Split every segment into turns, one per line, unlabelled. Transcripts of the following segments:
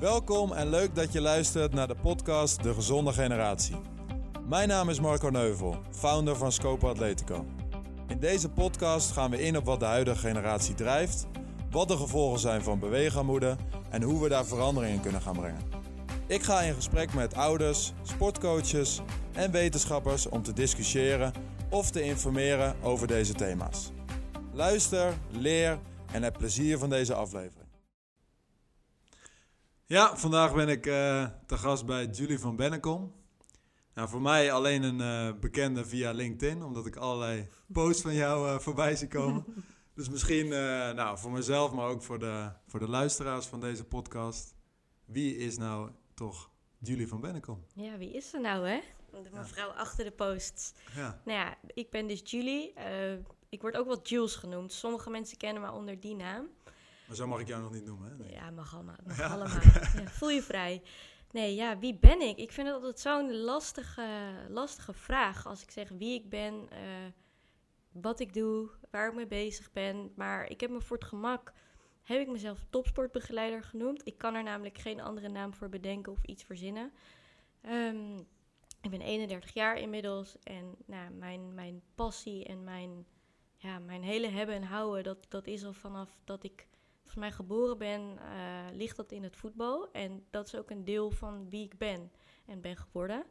Welkom en leuk dat je luistert naar de podcast De Gezonde Generatie. Mijn naam is Marco Neuvel, founder van Scope Atletico. In deze podcast gaan we in op wat de huidige generatie drijft, wat de gevolgen zijn van beweegarmoede en hoe we daar verandering in kunnen gaan brengen. Ik ga in gesprek met ouders, sportcoaches en wetenschappers om te discussiëren of te informeren over deze thema's. Luister, leer en heb plezier van deze aflevering. Ja, vandaag ben ik te gast bij Julie van Bennekom. Nou, voor mij alleen een bekende via LinkedIn, omdat ik allerlei posts van jou voorbij zie komen. Dus misschien voor mezelf, maar ook voor de luisteraars van deze podcast. Wie is nou toch Julie van Bennekom?
Ja, wie is ze nou, hè? De mevrouw achter de posts.
Ja.
Nou ja, ik ben dus Julie. Ik word ook wel Jules genoemd. Sommige mensen kennen me onder die naam.
Maar zo mag ik jou nog niet noemen, hè? Nee.
Ja, mag allemaal.
Ja,
allemaal.
okay.
Ja, voel je vrij. Nee, ja, wie ben ik? Ik vind het altijd zo'n lastige vraag. Als ik zeg wie ik ben, wat ik doe, waar ik mee bezig ben. Maar ik heb me voor het gemak, heb ik mezelf topsportbegeleider genoemd. Ik kan er namelijk geen andere naam voor bedenken of iets verzinnen. Ik ben 31 jaar inmiddels. En nou, mijn passie en mijn hele hebben en houden, dat is al vanaf dat ik volgens mij geboren ben, ligt dat in het voetbal. En dat is ook een deel van wie ik ben en ben geworden.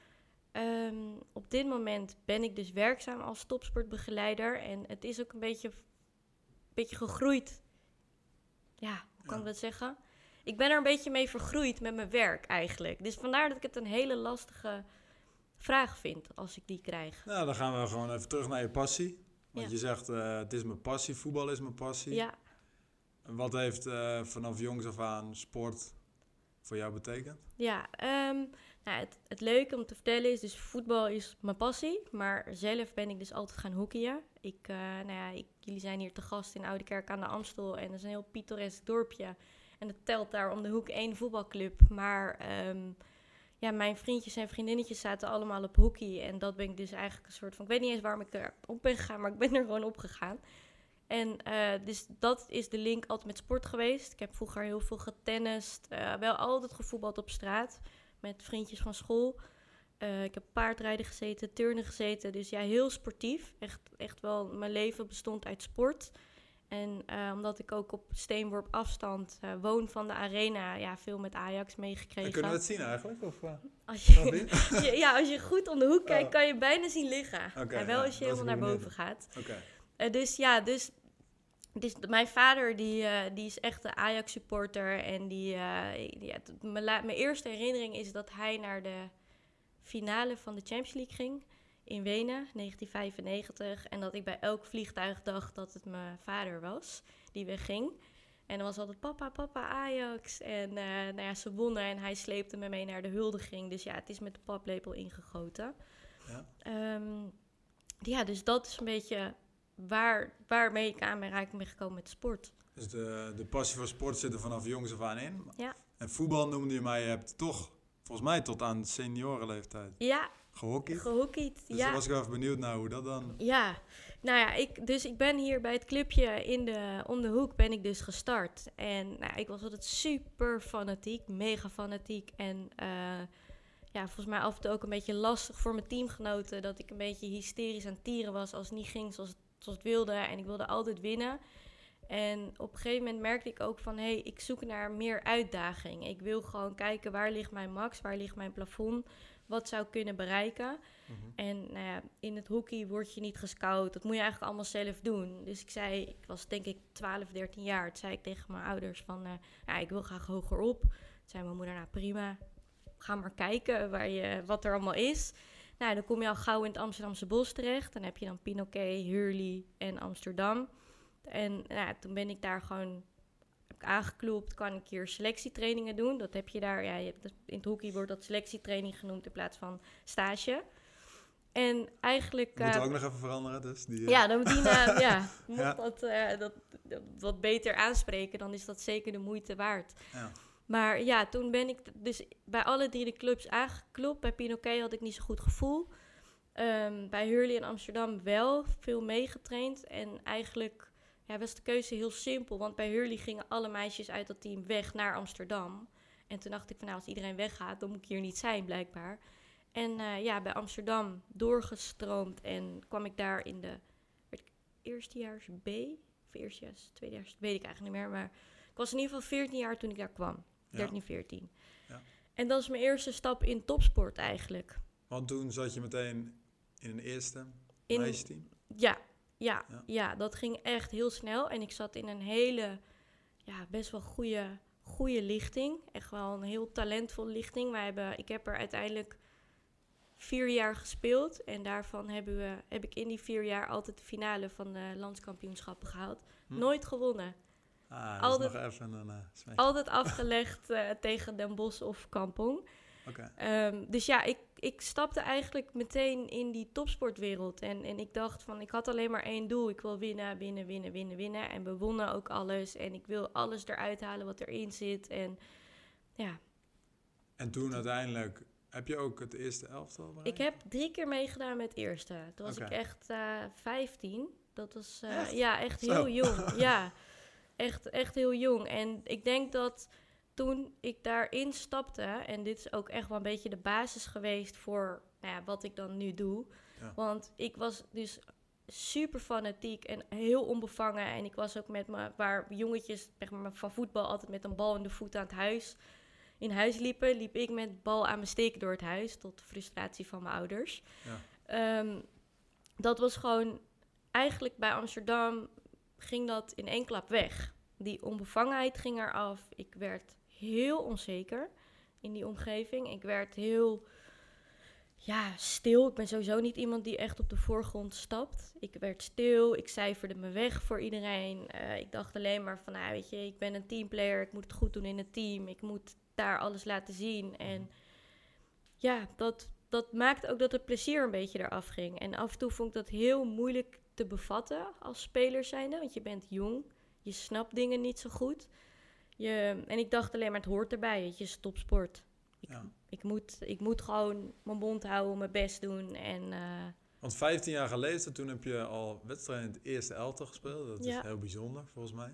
Op dit moment ben ik dus werkzaam als topsportbegeleider. En het is ook een beetje gegroeid. Ja, hoe kan ik dat zeggen? Ik ben er een beetje mee vergroeid met mijn werk eigenlijk. Dus vandaar dat ik het een hele lastige vraag vind als ik die krijg.
Nou, dan gaan we gewoon even terug naar je passie. Want
Ja.
je zegt, het is mijn passie, voetbal is mijn passie.
Ja.
En wat heeft vanaf jongs af aan sport voor jou betekend?
Ja, het leuke om te vertellen is, dus voetbal is mijn passie, maar zelf ben ik dus altijd gaan hockeyen. Jullie zijn hier te gast in Oudekerk aan de Amstel en dat is een heel pittoresk dorpje. En het telt daar om de hoek 1 voetbalclub, maar mijn vriendjes en vriendinnetjes zaten allemaal op hockey. En dat ben ik dus eigenlijk een soort van, ik weet niet eens waarom ik erop ben gegaan, maar ik ben er gewoon op gegaan. En dus dat is de link altijd met sport geweest. Ik heb vroeger heel veel getennist, wel altijd gevoetbald op straat met vriendjes van school. Ik heb paardrijden gezeten, turnen gezeten, dus ja, heel sportief. Echt wel, mijn leven bestond uit sport. En omdat ik ook op steenworp afstand woon van de arena, ja, veel met Ajax meegekregen.
Kunnen we het zien eigenlijk? Of,
als je goed om de hoek kijkt, kan je bijna zien liggen.
Okay,
wel als je helemaal naar boven gaat.
Okay.
Dus mijn vader die is echt een Ajax-supporter. En mijn eerste herinnering is dat hij naar de finale van de Champions League ging in Wenen, 1995. En dat ik bij elk vliegtuig dacht dat het mijn vader was die wegging. En dan was altijd papa, Ajax. En ze wonnen en hij sleepte me mee naar de huldiging. Dus ja, het is met de paplepel ingegoten.
Ja.
Dus dat is een beetje waarmee ik aan ben gekomen met sport.
Dus de passie voor sport zit er vanaf jongs af aan in.
Ja.
En voetbal noemde je mij, je hebt toch volgens mij tot aan seniorenleeftijd gehockeyd. Dus daar was ik wel even benieuwd naar hoe dat dan...
Ja, nou ja, ik ben hier bij het clubje om de hoek ben ik dus gestart. En ik was altijd super fanatiek, mega fanatiek. En volgens mij af en toe ook een beetje lastig voor mijn teamgenoten. Dat ik een beetje hysterisch aan het tieren was als het niet ging zoals het wilde. En ik wilde altijd winnen. En op een gegeven moment merkte ik ook van, ik zoek naar meer uitdaging. Ik wil gewoon kijken, waar ligt mijn max, waar ligt mijn plafond, wat zou ik kunnen bereiken. Mm-hmm. En in het hockey word je niet gescout, dat moet je eigenlijk allemaal zelf doen. Dus ik was denk ik 12, 13 jaar, toen zei ik tegen mijn ouders van, ik wil graag hoger op. Toen zei mijn moeder, nou prima, ga maar kijken wat er allemaal is. Nou, dan kom je al gauw in het Amsterdamse Bos terecht. Dan heb je dan Pinoquet, Hurley en Amsterdam. En toen ben ik daar gewoon aangeklopt, kan ik hier selectietrainingen doen. Dat heb je daar, in het hockey wordt dat selectietraining genoemd in plaats van stage. En eigenlijk...
Moet ook nog even veranderen, dus?
Dan moet die naam, mocht dat wat beter aanspreken, dan is dat zeker de moeite waard. Ja. Maar toen ben ik dus bij alle 3 de clubs aangeklopt. Bij Pinoquet had ik niet zo goed gevoel. Bij Hurley in Amsterdam wel, veel meegetraind. En eigenlijk was de keuze heel simpel. Want bij Hurley gingen alle meisjes uit dat team weg naar Amsterdam. En toen dacht ik van, nou, als iedereen weggaat, dan moet ik hier niet zijn, blijkbaar. En bij Amsterdam doorgestroomd en kwam ik daar in de eerstejaars B, of eerstejaars, tweedejaars, weet ik eigenlijk niet meer. Maar ik was in ieder geval 14 jaar toen ik daar kwam. 13, 14. Ja. En dat is mijn eerste stap in topsport eigenlijk.
Want toen zat je meteen in een eerste meisjesteam?
Ja, dat ging echt heel snel. En ik zat in een hele, best wel goede lichting. Echt wel een heel talentvolle lichting. Ik heb er uiteindelijk 4 jaar gespeeld. En daarvan heb ik in die 4 jaar altijd de finale van de landskampioenschappen gehaald. Nooit gewonnen.
Altijd, nog even een smetje.
Altijd afgelegd tegen Den Bosch of Kampong.
Okay.
Dus ik stapte eigenlijk meteen in die topsportwereld. En ik dacht van, ik had alleen maar 1 doel. Ik wil winnen. En we wonnen ook alles. En ik wil alles eruit halen wat erin zit. En ja.
En toen uiteindelijk, heb je ook het eerste elftal bereikt?
Ik heb 3 keer meegedaan met het eerste. Toen was ik echt 15. Dat was echt heel jong. Ja, echt heel jong. En ik denk dat toen ik daarin stapte, en dit is ook echt wel een beetje de basis geweest voor wat ik dan nu doe. Ja. Want ik was dus super fanatiek en heel onbevangen. En ik was ook waar jongetjes van voetbal altijd met een bal in de voet aan het in huis liepen, liep ik met bal aan mijn steek door het huis, tot de frustratie van mijn ouders. Ja. Dat was gewoon, eigenlijk bij Amsterdam ging dat in 1 klap weg. Die onbevangenheid ging eraf. Ik werd heel onzeker in die omgeving. Ik werd heel stil. Ik ben sowieso niet iemand die echt op de voorgrond stapt. Ik werd stil. Ik cijferde me weg voor iedereen. Ik dacht alleen maar van, weet je, ik ben een teamplayer. Ik moet het goed doen in het team. Ik moet daar alles laten zien. En dat maakt ook dat het plezier een beetje eraf ging. En af en toe vond ik dat heel moeilijk te bevatten als speler zijnde. Want je bent jong. Je snapt dingen niet zo goed. En ik dacht alleen maar, het hoort erbij. Weet je, het is topsport. Ik moet gewoon mijn mond houden, mijn best doen.
Want 15 jaar geleden, toen heb je al wedstrijden in het eerste elftal gespeeld. Dat is heel bijzonder, volgens mij.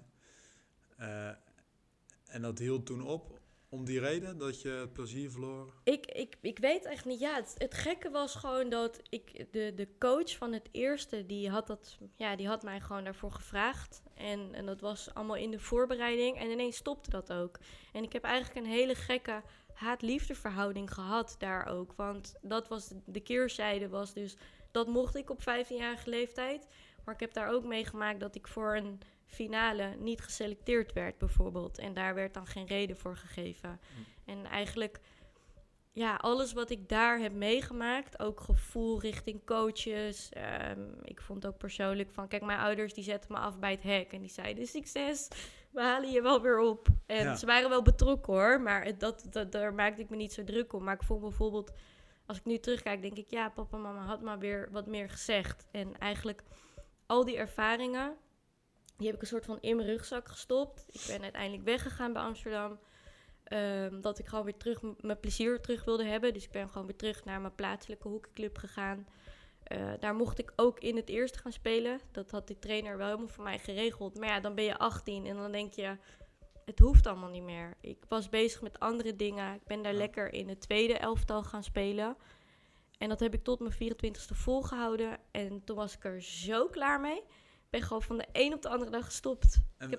En dat hield toen op om die reden, dat je het plezier verloor?
Ik weet echt niet. Ja, het gekke was gewoon dat de coach van het eerste, die had mij gewoon daarvoor gevraagd. En dat was allemaal in de voorbereiding. En ineens stopte dat ook. En ik heb eigenlijk een hele gekke haat-liefde verhouding gehad daar ook. Want dat was de keerzijde, was dus, dat mocht ik op 15-jarige leeftijd. Maar ik heb daar ook meegemaakt dat ik voor een finale niet geselecteerd werd bijvoorbeeld. En daar werd dan geen reden voor gegeven. En eigenlijk, alles wat ik daar heb meegemaakt, ook gevoel richting coaches. Ik vond ook persoonlijk van, kijk, mijn ouders die zetten me af bij het hek. En die zeiden, succes, we halen je wel weer op. En ze waren wel betrokken hoor, maar daar maakte ik me niet zo druk om. Maar ik vond bijvoorbeeld, als ik nu terugkijk, denk ik, papa en mama had maar weer wat meer gezegd. En eigenlijk al die ervaringen, die heb ik een soort van in mijn rugzak gestopt. Ik ben uiteindelijk weggegaan bij Amsterdam. Dat ik gewoon weer mijn plezier terug wilde hebben. Dus ik ben gewoon weer terug naar mijn plaatselijke hockeyclub gegaan. Daar mocht ik ook in het eerste gaan spelen. Dat had die trainer wel helemaal voor mij geregeld. Maar dan ben je 18 en dan denk je, het hoeft allemaal niet meer. Ik was bezig met andere dingen. Ik ben daar lekker in het tweede elftal gaan spelen. En dat heb ik tot mijn 24e volgehouden. En toen was ik er zo klaar mee. Ik ben gewoon van de een op de andere dag gestopt.
En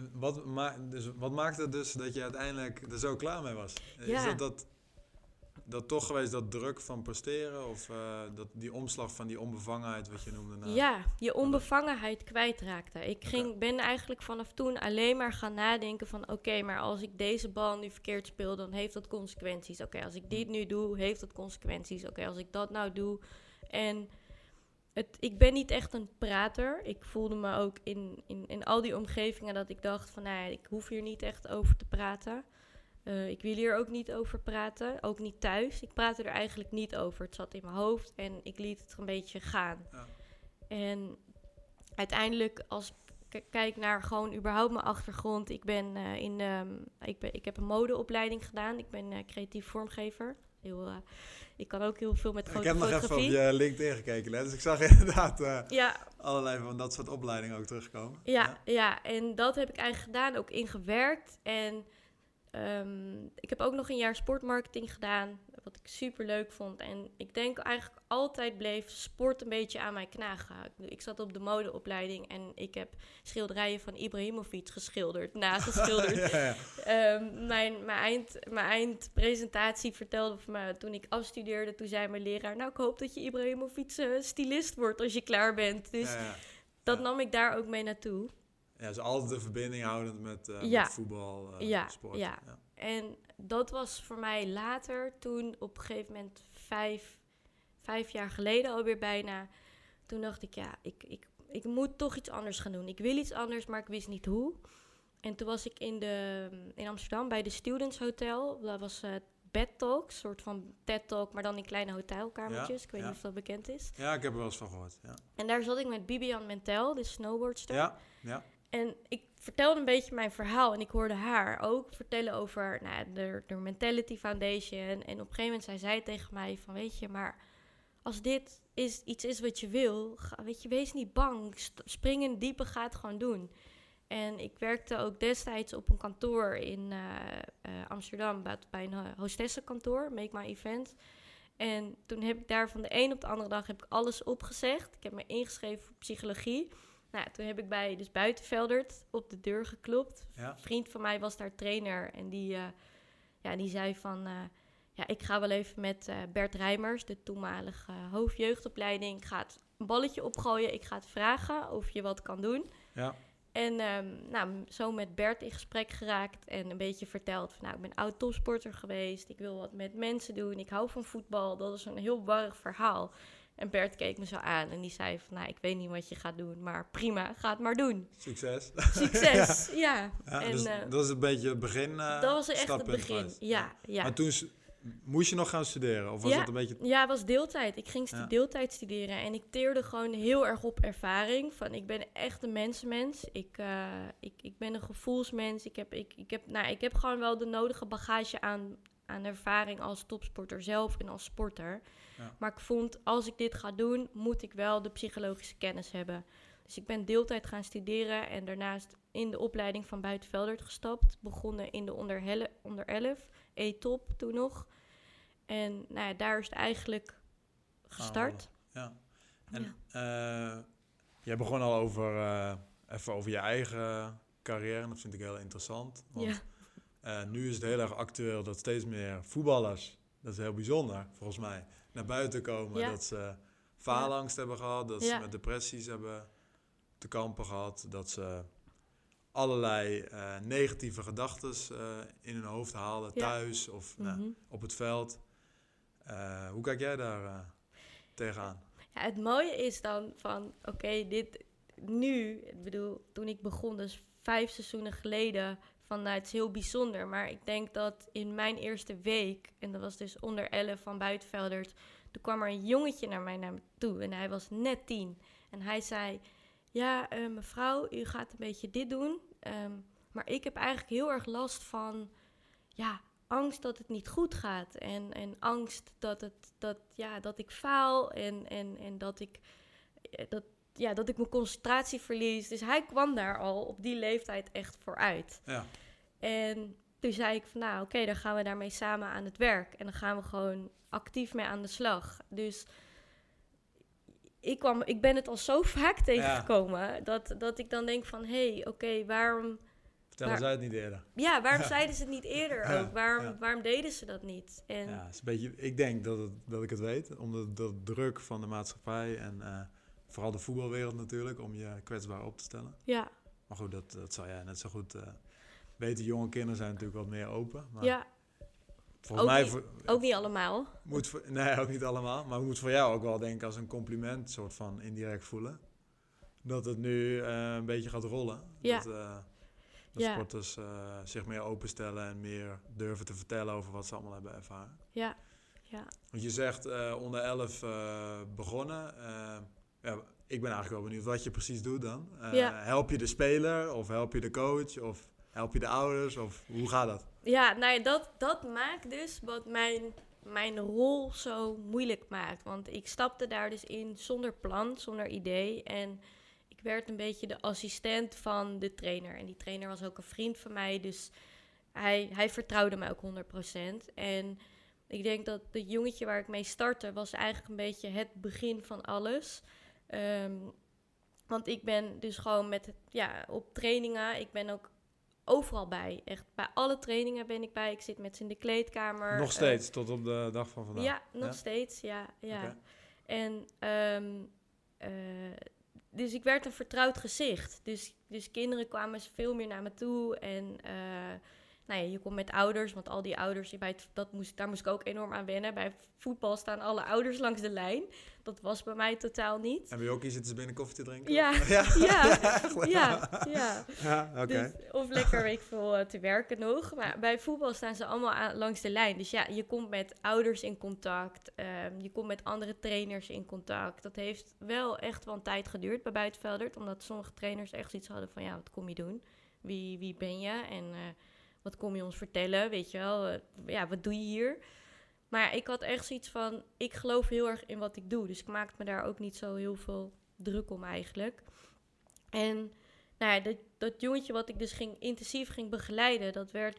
wat maakte dus dat je uiteindelijk er zo klaar mee was?
Ja.
Is dat toch geweest, dat druk van presteren? Of die omslag van die onbevangenheid, wat je noemde?
Je onbevangenheid kwijtraakte. Ik ben eigenlijk vanaf toen alleen maar gaan nadenken van, oké, maar als ik deze bal nu verkeerd speel, dan heeft dat consequenties. Oké, als ik dit nu doe, heeft dat consequenties. Oké, als ik dat nou doe. En ik ben niet echt een prater. Ik voelde me ook in al die omgevingen dat ik dacht van, ik hoef hier niet echt over te praten. Ik wil hier ook niet over praten, ook niet thuis. Ik praatte er eigenlijk niet over. Het zat in mijn hoofd en ik liet het een beetje gaan. Ja. En uiteindelijk, als ik kijk naar gewoon überhaupt mijn achtergrond. Ik heb een modeopleiding gedaan. Ik ben creatief vormgever. Ik kan ook heel veel met fotografie.
Ik heb nog even op je LinkedIn gekeken, dus ik zag inderdaad allerlei van dat soort opleidingen ook terugkomen.
Ja, en dat heb ik eigenlijk gedaan, ook ingewerkt. En ik heb ook nog een jaar sportmarketing gedaan, wat ik super leuk vond. En ik denk eigenlijk altijd bleef sport een beetje aan mij knagen. Ik zat op de modeopleiding en ik heb schilderijen van Ibrahimovic geschilderd, nageschilderd. Mijn eindpresentatie vertelde van me toen ik afstudeerde. Toen zei mijn leraar, nou ik hoop dat je Ibrahimovic stylist wordt als je klaar bent. Dus dat nam ik daar ook mee naartoe.
Ja, dus altijd de verbinding houdend met voetbal, sport.
Ja. En dat was voor mij later, toen op een gegeven moment 5 jaar geleden alweer bijna. Toen dacht ik, ik moet toch iets anders gaan doen. Ik wil iets anders, maar ik wist niet hoe. En toen was ik in Amsterdam bij de Students Hotel. Dat was Bed Talks, een soort van TED Talk, maar dan in kleine hotelkamertjes. Ik weet niet of dat bekend is.
Ja, ik heb er wel eens van gehoord. Ja.
En daar zat ik met Bibian Mentel, de snowboardster.
Ja.
En ik vertelde een beetje mijn verhaal. En ik hoorde haar ook vertellen over de Mentality Foundation. En op een gegeven moment zei zij tegen mij van, weet je, maar als dit iets is wat je wil, wees niet bang. Spring in het diepe, ga het gewoon doen. En ik werkte ook destijds op een kantoor in Amsterdam, bij een hostessenkantoor, Make My Event. En toen heb ik daar van de een op de andere dag heb ik alles opgezegd. Ik heb me ingeschreven voor psychologie. Nou, toen heb ik bij Buitenveldert op de deur geklopt.
Ja.
Een vriend van mij was daar trainer en die zei van, ik ga wel even met Bert Rijmers, de toenmalige hoofdjeugdopleiding. Ik ga het een balletje opgooien, ik ga het vragen of je wat kan doen.
Ja.
En zo met Bert in gesprek geraakt en een beetje verteld van, ik ben oud topsporter geweest. Ik wil wat met mensen doen, ik hou van voetbal. Dat is een heel warrig verhaal. En Bert keek me zo aan en die zei van, ik weet niet wat je gaat doen, maar prima, ga het maar doen.
Succes.
Succes, ja. En,
dus dat is een beetje het begin.
Dat was echt het begin, ja.
Maar toen moest je nog gaan studeren? Of was dat een beetje...
Ja, het was deeltijd. Ik ging deeltijd studeren en ik teerde gewoon heel erg op ervaring. Van, ik ben echt een mensenmens. Ik ben een gevoelsmens. Ik heb gewoon wel de nodige bagage aan ervaring als topsporter zelf en als sporter. Ja. Maar ik vond, als ik dit ga doen, moet ik wel de psychologische kennis hebben. Dus ik ben deeltijd gaan studeren en daarnaast in de opleiding van Buitenveldert gestapt. Begonnen in de onder 11, E-top toen nog. En daar is het eigenlijk gestart.
Ja. En jij begon al over je eigen carrière. En dat vind ik heel interessant. Want nu is het heel erg actueel dat steeds meer voetballers, dat is heel bijzonder volgens mij, naar buiten komen. Ja. Dat ze faalangst hebben gehad, dat ze met depressies hebben te kampen gehad. Dat ze allerlei negatieve gedachten in hun hoofd haalden, thuis of op het veld. Hoe kijk jij daar tegenaan?
Ja, het mooie is dan van, dit nu, ik bedoel, toen ik begon, dus 5 seizoenen geleden, het is heel bijzonder. Maar ik denk dat in mijn eerste week, en dat was dus onder 11 van Buitenveldert, toen kwam er een jongetje naar mij toe en hij was net 10. En hij zei, mevrouw, u gaat een beetje dit doen, maar ik heb eigenlijk heel erg last van, angst dat het niet goed gaat. En angst dat ik faal en dat ik mijn concentratie verlies. Dus hij kwam daar al op die leeftijd echt vooruit. Ja. En toen zei ik van, dan gaan we daarmee samen aan het werk. En dan gaan we gewoon actief mee aan de slag. Dus ik ben het al zo vaak tegengekomen dat ik dan denk van, waarom...
Vertellen zij het niet eerder?
Ja, waarom zeiden ze het niet eerder ook? Waarom deden ze dat niet? En
het is een beetje, ik denk dat ik het weet, omdat de druk van de maatschappij en vooral de voetbalwereld natuurlijk, om je kwetsbaar op te stellen. Ja. Maar goed, dat zou jij net zo goed weten. Jonge kinderen zijn natuurlijk wat meer open. Maar volgens mij...
Ook niet allemaal.
Nee, ook niet allemaal. Maar ik moet voor jou ook wel denken als een compliment, soort van indirect voelen. Dat het nu een beetje gaat rollen. Ja. Dat sporters zich meer openstellen en meer durven te vertellen over wat ze allemaal hebben ervaren. Ja. Want je zegt onder 11 begonnen. Ik ben eigenlijk wel benieuwd wat je precies doet dan. Help je de speler of help je de coach of help je de ouders of hoe gaat dat?
Ja, dat maakt dus wat mijn rol zo moeilijk maakt. Want ik stapte daar dus in zonder plan, zonder idee en... Ik werd een beetje de assistent van de trainer. En die trainer was ook een vriend van mij. Dus hij vertrouwde mij ook 100%. En ik denk dat het jongetje waar ik mee startte was eigenlijk een beetje het begin van alles. Want ik ben dus gewoon op trainingen, ik ben ook overal bij. Echt bij alle trainingen ben ik bij. Ik zit met ze in de kleedkamer.
Nog steeds, tot op de dag van vandaag?
Ja, nog steeds, ja.
Okay.
En dus ik werd een vertrouwd gezicht. Dus kinderen kwamen veel meer naar me toe. En je komt met ouders, want al die ouders, daar moest ik ook enorm aan wennen. Bij voetbal staan alle ouders langs de lijn. Dat was bij mij totaal niet.
En bij hockey zitten ze binnen koffie te drinken?
Ja.
Oké.
Dus, of lekker, weet ik veel, te werken nog. Maar bij voetbal staan ze allemaal langs de lijn. Dus ja, je komt met ouders in contact. Je komt met andere trainers in contact. Dat heeft wel echt wel een tijd geduurd bij Buitenveldert. Omdat sommige trainers echt iets hadden van, ja, wat kom je doen? Wie ben je? En wat kom je ons vertellen? Weet je wel? Wat doe je hier? Maar ik had echt zoiets van, ik geloof heel erg in wat ik doe. Dus ik maakte me daar ook niet zo heel veel druk om eigenlijk. En dat jongetje wat ik dus intensief ging begeleiden, dat werd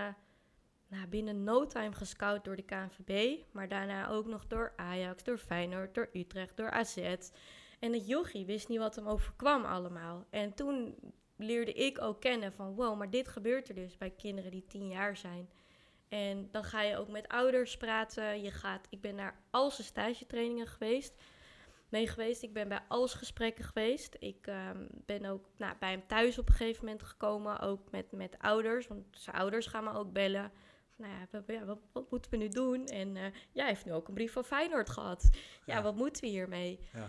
binnen no time gescout door de KNVB. Maar daarna ook nog door Ajax, door Feyenoord, door Utrecht, door AZ. En het jochie wist niet wat hem overkwam allemaal. En toen leerde ik ook kennen van, wow, maar dit gebeurt er dus bij kinderen die 10 jaar zijn. En dan ga je ook met ouders praten. Ik ben naar al zijn stagetrainingen geweest. Ik ben bij alles gesprekken geweest. Ik ben ook bij hem thuis op een gegeven moment gekomen. Ook met ouders. Want zijn ouders gaan me ook bellen. Wat moeten we nu doen? En hij heeft nu ook een brief van Feyenoord gehad. Ja, wat moeten we hiermee? Ja.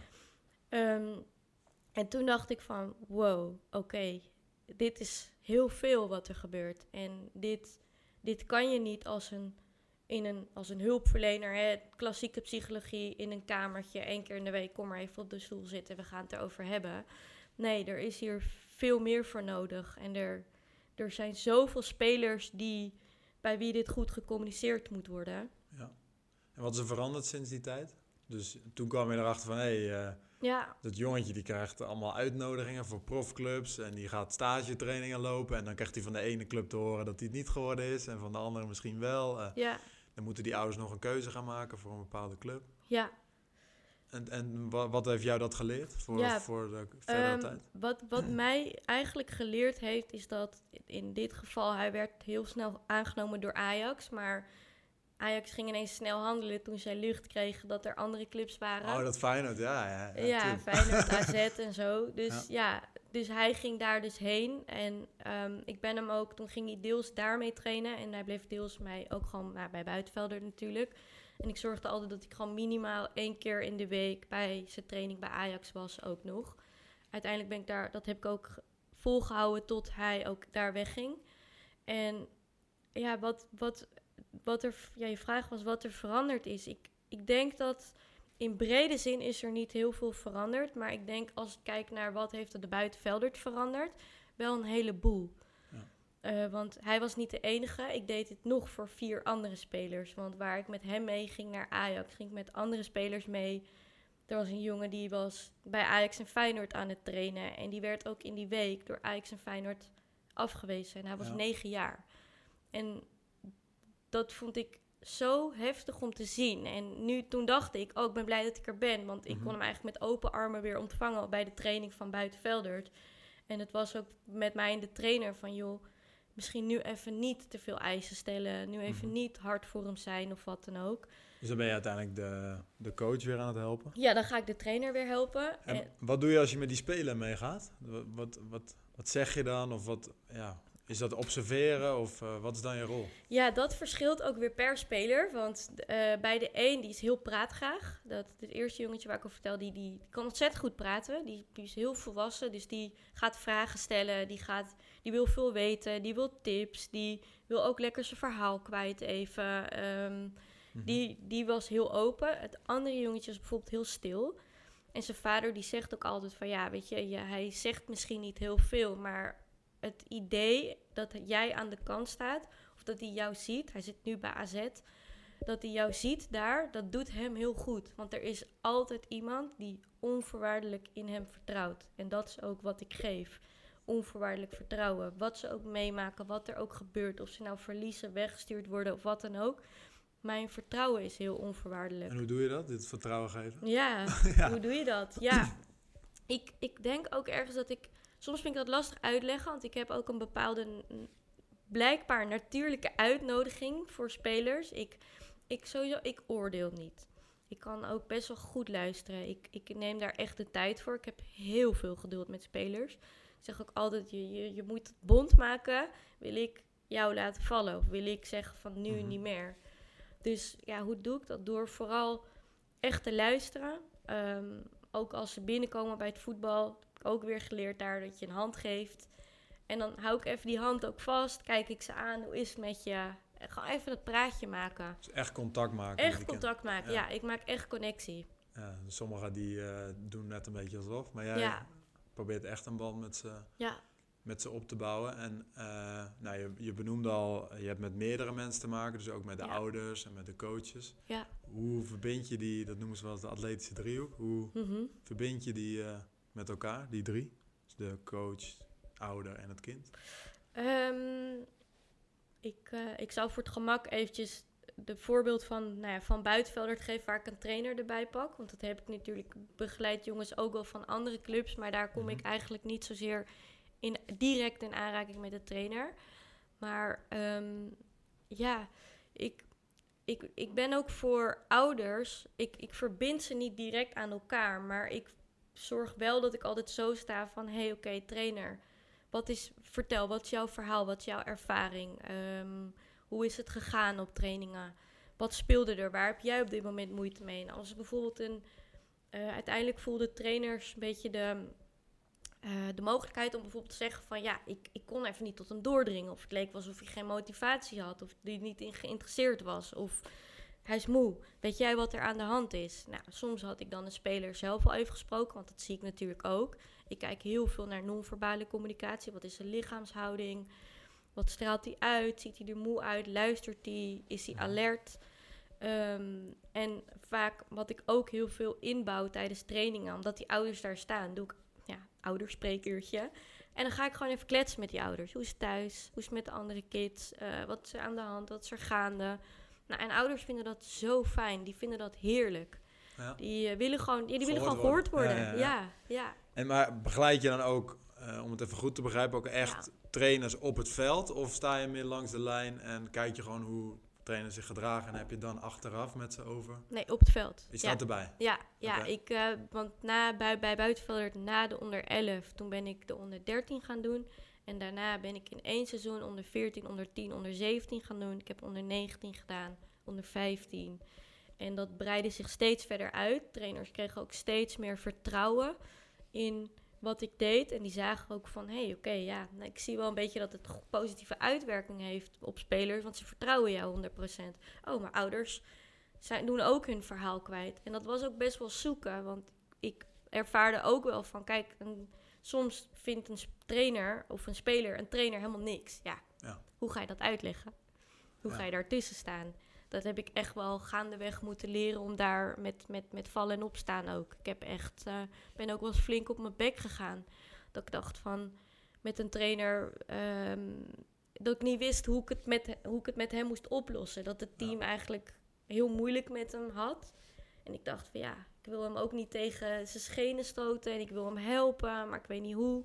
En toen dacht ik van, wow, oké, dit is heel veel wat er gebeurt. En dit kan je niet als een hulpverlener, klassieke psychologie in een kamertje, 1 keer in de week, kom maar even op de stoel zitten, we gaan het erover hebben. Nee, er is hier veel meer voor nodig. En er zijn zoveel spelers bij wie dit goed gecommuniceerd moet worden.
Ja. En wat is er veranderd sinds die tijd? Dus toen kwam je erachter van, dat jongetje die krijgt allemaal uitnodigingen voor profclubs en die gaat stagetrainingen lopen en dan krijgt hij van de ene club te horen dat hij het niet geworden is en van de andere misschien wel. Dan moeten die ouders nog een keuze gaan maken voor een bepaalde club.
Ja.
En wat heeft jou dat geleerd voor de verdere tijd?
Wat mij eigenlijk geleerd heeft is dat in dit geval, hij werd heel snel aangenomen door Ajax, maar Ajax ging ineens snel handelen toen zij lucht kregen dat er andere clubs waren.
Oh, dat Feyenoord, ja.
Ja, Feyenoord, AZ en zo. Dus dus hij ging daar dus heen. En ik ben hem ook, toen ging hij deels daarmee trainen. En hij bleef deels mij ook gewoon bij Buitenvelder natuurlijk. En ik zorgde altijd dat ik gewoon minimaal 1 keer in de week bij zijn training bij Ajax was ook nog. Uiteindelijk ben ik dat heb ik ook volgehouden tot hij ook daar wegging. En ja, je vraag was wat er veranderd is. Ik denk dat in brede zin is er niet heel veel veranderd. Maar ik denk als ik kijk naar wat heeft de Buitenveldert veranderd, wel een heleboel. Ja. Want hij was niet de enige. Ik deed het nog voor 4 andere spelers. Want waar ik met hem mee ging naar Ajax, ging ik met andere spelers mee. Er was een jongen die was bij Ajax en Feyenoord aan het trainen. En die werd ook in die week door Ajax en Feyenoord afgewezen. En hij was 9 jaar. En dat vond ik zo heftig om te zien. En toen dacht ik, ik ben blij dat ik er ben. Want ik kon hem eigenlijk met open armen weer ontvangen bij de training van Buitenveldert. En het was ook met mij en de trainer van, joh, misschien nu even niet te veel eisen stellen. Nu even niet hard voor hem zijn of wat dan ook.
Dus dan ben je uiteindelijk de coach weer aan het helpen?
Ja, dan ga ik de trainer weer helpen.
En wat doe je als je met die speler meegaat? Wat zeg je dan? Of is dat observeren of wat is dan je rol? Ja,
dat verschilt ook weer per speler. Want bij de een, die is heel praatgraag. Het eerste jongetje waar ik over vertel, die kan ontzettend goed praten. Die is heel volwassen, dus die gaat vragen stellen. Die wil veel weten, die wil tips. Die wil ook lekker zijn verhaal kwijt even. Die was heel open. Het andere jongetje is bijvoorbeeld heel stil. En zijn vader die zegt ook altijd van, weet je, hij zegt misschien niet heel veel, maar het idee dat jij aan de kant staat, of dat hij jou ziet, hij zit nu bij AZ, dat hij jou ziet daar, dat doet hem heel goed. Want er is altijd iemand die onvoorwaardelijk in hem vertrouwt. En dat is ook wat ik geef. onvoorwaardelijk vertrouwen. Wat ze ook meemaken, wat er ook gebeurt. Of ze nou verliezen, weggestuurd worden of wat dan ook. Mijn vertrouwen is heel onvoorwaardelijk.
En hoe doe je dat, dit vertrouwen geven?
Ja, hoe doe je dat? Ja, ik denk ook ergens dat ik... Soms vind ik dat lastig uitleggen, want ik heb ook een bepaalde... blijkbaar natuurlijke uitnodiging voor spelers. Ik oordeel niet. Ik kan ook best wel goed luisteren. Ik neem daar echt de tijd voor. Ik heb heel veel geduld met spelers. Ik zeg ook altijd, je moet het bond maken. Wil ik jou laten vallen? Of wil ik zeggen van nu niet meer? Dus ja, hoe doe ik dat? Door vooral echt te luisteren. Ook als ze binnenkomen bij het voetbal. Heb ik ook weer geleerd daar dat je een hand geeft. En dan hou ik even die hand ook vast. Kijk ik ze aan. Hoe is het met je? En gewoon even dat praatje maken.
Dus echt contact maken.
Echt contact maken. Ja, ik maak echt connectie.
Ja, sommigen die doen net een beetje alsof. Maar jij probeert echt een band met ze op te bouwen. En je benoemde al, je hebt met meerdere mensen te maken. Dus ook met de ouders en met de coaches. Ja. Hoe verbind je die, dat noemen ze wel eens de atletische driehoek. Hoe verbind je die met elkaar, die drie? Dus de coach, ouder en het kind.
Ik zou voor het gemak eventjes de voorbeeld van buitenvelder geven waar ik een trainer erbij pak. Want dat heb ik natuurlijk begeleid jongens ook wel van andere clubs. Maar daar kom ik eigenlijk niet zozeer direct in aanraking met de trainer. Maar ik ben ook voor ouders. Ik verbind ze niet direct aan elkaar. Maar ik zorg wel dat ik altijd zo sta van... Oké, trainer... Vertel, wat is jouw verhaal? Wat is jouw ervaring? Hoe is het gegaan op trainingen? Wat speelde er? Waar heb jij op dit moment moeite mee? En als bijvoorbeeld uiteindelijk voelden trainers een beetje de mogelijkheid om bijvoorbeeld te zeggen van... ik kon even niet tot hem doordringen. Of het leek wel alsof hij geen motivatie had. Of die niet geïnteresseerd was. Of hij is moe. Weet jij wat er aan de hand is? Nou, soms had ik dan een speler zelf al even gesproken. Want dat zie ik natuurlijk ook. Ik kijk heel veel naar non-verbale communicatie. Wat is zijn lichaamshouding? Wat straalt hij uit? Ziet hij er moe uit? Luistert hij? Is hij alert? En vaak wat ik ook heel veel inbouw tijdens trainingen... omdat die ouders daar staan, doe ik ouderspreekuurtje. En dan ga ik gewoon even kletsen met die ouders. Hoe is het thuis? Hoe is het met de andere kids? Wat is er aan de hand? Wat is er gaande? Nou, en ouders vinden dat zo fijn. Die vinden dat heerlijk. Ja. Die willen gewoon gehoord worden. Ja.
En maar begeleid je dan ook, om het even goed te begrijpen, ook echt trainers op het veld? Of sta je meer langs de lijn en kijk je gewoon hoe trainers zich gedragen... en heb je dan achteraf met ze over?
Nee, op het veld.
Je staat erbij?
Ja. Okay. Want bij buitenvelder na de onder 11, toen ben ik de onder 13 gaan doen. En daarna ben ik in 1 seizoen onder 14, onder 10, onder 17 gaan doen. Ik heb onder 19 gedaan, onder 15... En dat breidde zich steeds verder uit. Trainers kregen ook steeds meer vertrouwen in wat ik deed. En die zagen ook van, ik zie wel een beetje dat het positieve uitwerking heeft op spelers. Want ze vertrouwen jou 100%. Oh, maar ouders doen ook hun verhaal kwijt. En dat was ook best wel zoeken. Want ik ervaarde ook wel van, soms vindt een trainer of een speler een trainer helemaal niks. Ja. Hoe ga je dat uitleggen? Hoe ga je daartussen staan? Dat heb ik echt wel gaandeweg moeten leren om daar met vallen en opstaan ook. Ik heb echt, ben ook wel eens flink op mijn bek gegaan. Dat ik dacht van, met een trainer, dat ik niet wist hoe ik het met hem moest oplossen. Dat het team eigenlijk heel moeilijk met hem had. En ik dacht van ik wil hem ook niet tegen zijn schenen stoten. En ik wil hem helpen, maar ik weet niet hoe.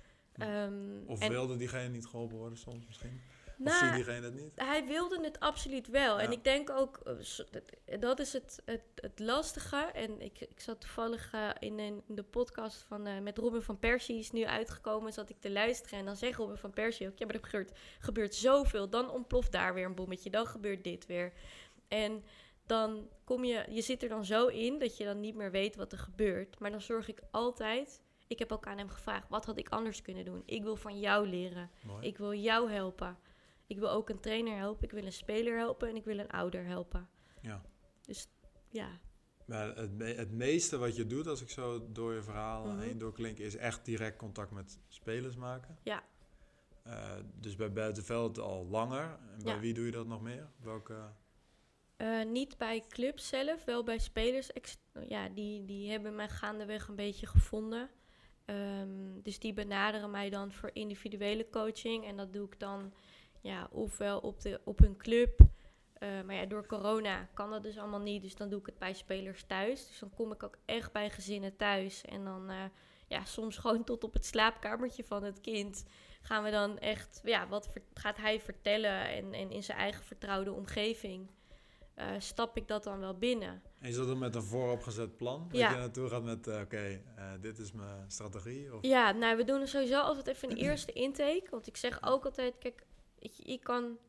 Wilde diegene niet geholpen worden soms misschien? Of zie diegene het niet?
Hij wilde het absoluut wel. Ja. En ik denk ook, dat is het lastige. En ik zat toevallig in de podcast met Robin van Persie, is nu uitgekomen, zat ik te luisteren. En dan zegt Robin van Persie ook, maar er gebeurt zoveel. Dan ontploft daar weer een bommetje, dan gebeurt dit weer. En dan je zit er dan zo in dat je dan niet meer weet wat er gebeurt. Maar dan zorg ik altijd... Ik heb ook aan hem gevraagd, wat had ik anders kunnen doen? Ik wil van jou leren. Mooi. Ik wil jou helpen. Ik wil ook een trainer helpen, ik wil een speler helpen en ik wil een ouder helpen. Ja. Dus,
Maar het meeste wat je doet, als ik zo door je verhaal heen doorklink, is echt direct contact met spelers maken. Ja. Dus bij buitenveld al langer. En bij wie doe je dat nog meer? Welke...
Niet bij clubs zelf, wel bij spelers. Die hebben mij gaandeweg een beetje gevonden. Dus die benaderen mij dan voor individuele coaching. En dat doe ik dan ofwel op hun club. Maar ja, door corona kan dat dus allemaal niet. Dus dan doe ik het bij spelers thuis. Dus dan kom ik ook echt bij gezinnen thuis. En dan soms gewoon tot op het slaapkamertje van het kind gaan we dan echt, wat gaat hij vertellen? En in zijn eigen vertrouwde omgeving stap ik dat dan wel binnen.
En is dat dan met een vooropgezet plan? Dat je naartoe gaat met, dit is mijn strategie? Of?
Ja, nou, we doen sowieso altijd even een eerste intake. Want ik zeg ook altijd, kijk, ik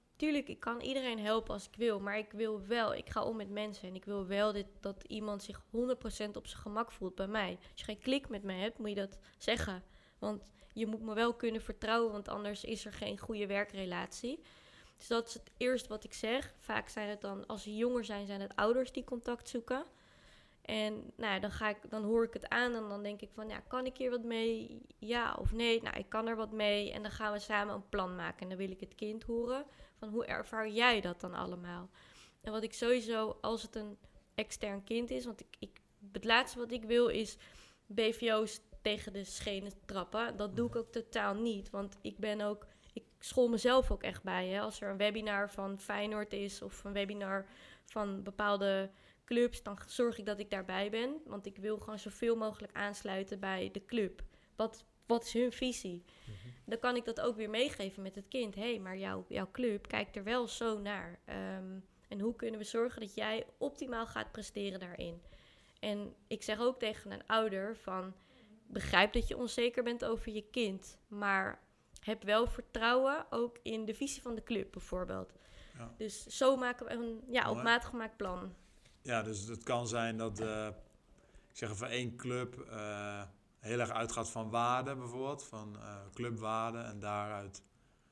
kan iedereen helpen als ik wil. Maar ik ga om met mensen. En ik wil wel dat iemand zich 100% op zijn gemak voelt bij mij. Als je geen klik met me hebt, moet je dat zeggen. Want je moet me wel kunnen vertrouwen, want anders is er geen goede werkrelatie. Dus dat is het eerste wat ik zeg. Vaak zijn het dan, als ze jonger zijn het ouders die contact zoeken. En dan hoor ik het aan en dan denk ik van, kan ik hier wat mee? Ja of nee? Nou, ik kan er wat mee. En dan gaan we samen een plan maken. En dan wil ik het kind horen van, hoe ervaar jij dat dan allemaal? En wat ik sowieso, als het een extern kind is, want het laatste wat ik wil is BVO's tegen de schenen trappen. Dat doe ik ook totaal niet, want ik school mezelf ook echt bij. Hè? Als er een webinar van Feyenoord is of een webinar van bepaalde clubs, dan zorg ik dat ik daarbij ben. Want ik wil gewoon zoveel mogelijk aansluiten bij de club. Wat is hun visie? Mm-hmm. Dan kan ik dat ook weer meegeven met het kind. Hé, maar jouw club kijkt er wel zo naar. En hoe kunnen we zorgen dat jij optimaal gaat presteren daarin? En ik zeg ook tegen een ouder van, begrijp dat je onzeker bent over je kind, maar heb wel vertrouwen ook in de visie van de club bijvoorbeeld. Ja. Dus zo maken we een op maat gemaakt plan.
Ja, dus het kan zijn dat, ik zeg even, één club heel erg uitgaat van waarden bijvoorbeeld, van clubwaarden en daaruit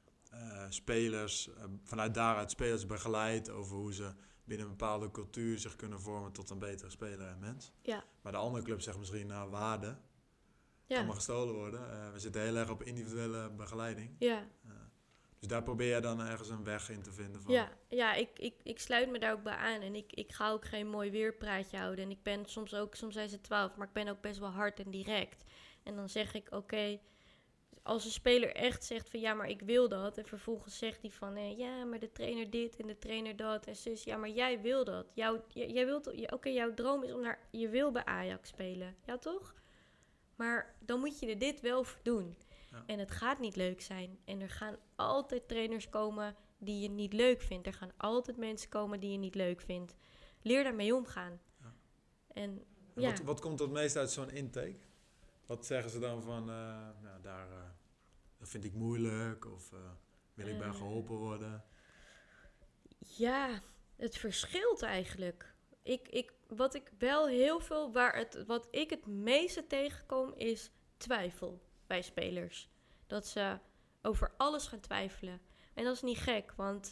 vanuit daaruit spelers begeleidt over hoe ze binnen een bepaalde cultuur zich kunnen vormen tot een betere speler en mens. Ja. Maar de andere club zegt misschien, waarden kan maar gestolen worden. We zitten heel erg op individuele begeleiding. Ja. Dus daar probeer je dan ergens een weg in te vinden. Van.
Ja, ik sluit me daar ook bij aan. En ik ga ook geen mooi weerpraatje houden. En ik ben soms zijn ze 12, maar ik ben ook best wel hard en direct. En dan zeg ik, oké, als een speler echt zegt van, maar ik wil dat. En vervolgens zegt hij van, maar de trainer dit en de trainer dat. En zus, maar jij wil dat. Jij wilt, jouw droom is je wil bij Ajax spelen. Ja, toch? Maar dan moet je er dit wel voor doen. Ja. En het gaat niet leuk zijn. En er gaan altijd trainers komen die je niet leuk vindt. Er gaan altijd mensen komen die je niet leuk vindt. Leer daarmee omgaan. Ja.
En wat komt het meest uit zo'n intake? Wat zeggen ze dan van, dat vind ik moeilijk of wil ik bij geholpen worden?
Ja, het verschilt eigenlijk. Wat ik wel heel veel, wat ik het meeste tegenkom, is twijfel bij spelers. Dat ze over alles gaan twijfelen. En dat is niet gek, want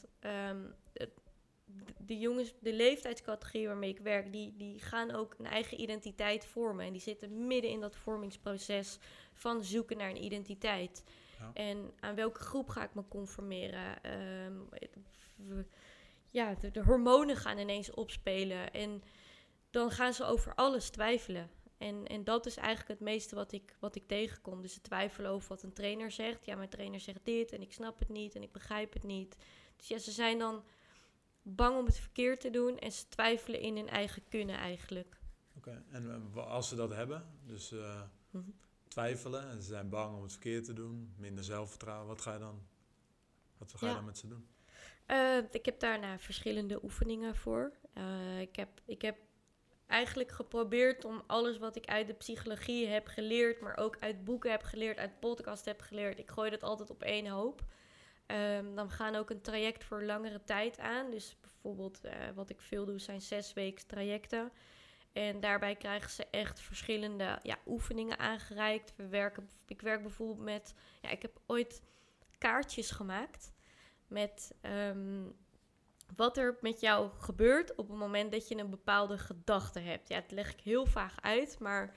de jongens, de leeftijdscategorie waarmee ik werk, die gaan ook een eigen identiteit vormen. En die zitten midden in dat vormingsproces van zoeken naar een identiteit. Ja. En aan welke groep ga ik me conformeren? De hormonen gaan ineens opspelen. En dan gaan ze over alles twijfelen. En dat is eigenlijk het meeste wat ik tegenkom. Dus ze twijfelen over wat een trainer zegt. Ja, mijn trainer zegt dit en ik snap het niet en ik begrijp het niet. Dus ja, ze zijn dan bang om het verkeerd te doen en ze twijfelen in hun eigen kunnen eigenlijk.
Oké, en als ze dat hebben, dus twijfelen en ze zijn bang om het verkeerd te doen, minder zelfvertrouwen, wat ga je dan met ze doen?
Ik heb daarna verschillende oefeningen voor. Ik heb eigenlijk geprobeerd om alles wat ik uit de psychologie heb geleerd, maar ook uit boeken heb geleerd, uit podcast heb geleerd. Ik gooi dat altijd op één hoop. Dan gaan ook een traject voor langere tijd aan. Dus bijvoorbeeld wat ik veel doe zijn 6 weken trajecten. En daarbij krijgen ze echt verschillende oefeningen aangereikt. Ik werk bijvoorbeeld met, ik heb ooit kaartjes gemaakt met wat er met jou gebeurt op het moment dat je een bepaalde gedachte hebt. Ja, dat leg ik heel vaag uit, maar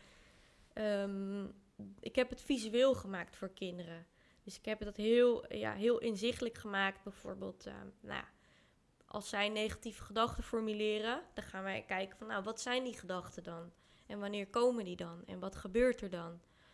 ik heb het visueel gemaakt voor kinderen. Dus ik heb dat heel inzichtelijk gemaakt. Bijvoorbeeld, als zij negatieve gedachten formuleren, dan gaan wij kijken van, wat zijn die gedachten dan? En wanneer komen die dan? En wat gebeurt er dan?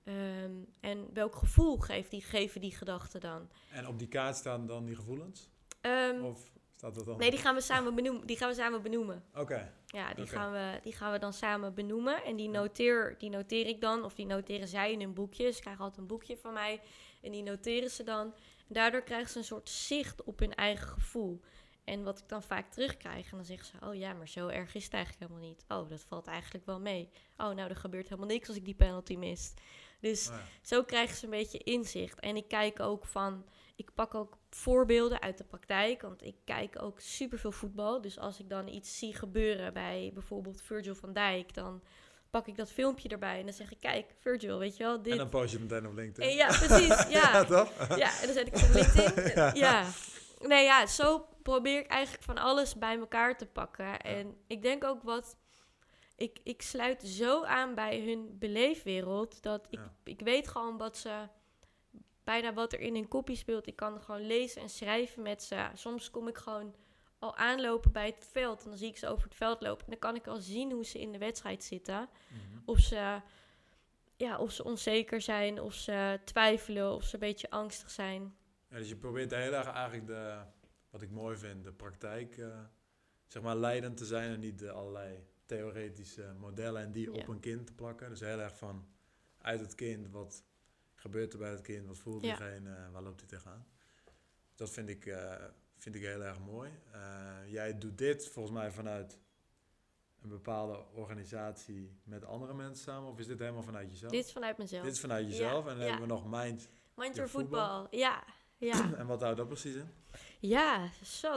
En welk gevoel geven die gedachten dan?
En op die kaart staan dan die gevoelens? Of staat dat dan?
Nee, die gaan we samen benoemen.
Oké.
Ja, die gaan we dan samen benoemen. En die noteer ik dan, of die noteren zij in hun boekje. Ze krijgen altijd een boekje van mij. En die noteren ze dan. En daardoor krijgen ze een soort zicht op hun eigen gevoel. En wat ik dan vaak terugkrijg, en dan zeggen ze... oh ja, maar zo erg is het eigenlijk helemaal niet. Oh, dat valt eigenlijk wel mee. Oh, nou, er gebeurt helemaal niks als ik die penalty mis. Dus zo krijgen ze een beetje inzicht. En ik pak ook voorbeelden uit de praktijk. Want ik kijk ook superveel voetbal. Dus als ik dan iets zie gebeuren bij bijvoorbeeld Virgil van Dijk... dan pak ik dat filmpje erbij en dan zeg ik... kijk, Virgil, weet je wel, dit...
En dan post je het meteen op LinkedIn.
En ja, precies, ja.
Ja, toch?
Ja, en dan zet ik het op LinkedIn. Ja. Nee, ja, zo probeer ik eigenlijk van alles bij elkaar te pakken. En ik denk ook ik sluit zo aan bij hun beleefwereld... dat ik weet gewoon bijna wat er in hun kopie speelt. Ik kan gewoon lezen en schrijven met ze. Soms kom ik gewoon al aanlopen bij het veld. En dan zie ik ze over het veld lopen. En dan kan ik al zien hoe ze in de wedstrijd zitten. Mm-hmm. Of ze onzeker zijn, of ze twijfelen, of ze een beetje angstig zijn.
Ja, dus je probeert heel erg eigenlijk wat ik mooi vind, de praktijk, zeg maar leidend te zijn. En niet de allerlei theoretische modellen en die op een kind te plakken. Dus heel erg van uit het kind, wat gebeurt er bij het kind, wat voelt diegene, waar loopt hij tegenaan. Dat vind ik heel erg mooi. Jij doet dit volgens mij vanuit een bepaalde organisatie met andere mensen samen, of is dit helemaal vanuit jezelf?
Dit is vanuit mezelf.
Dit is vanuit jezelf en dan hebben we nog Mind
Your Voetbal. Ja.
En wat houdt dat precies in?
Ja,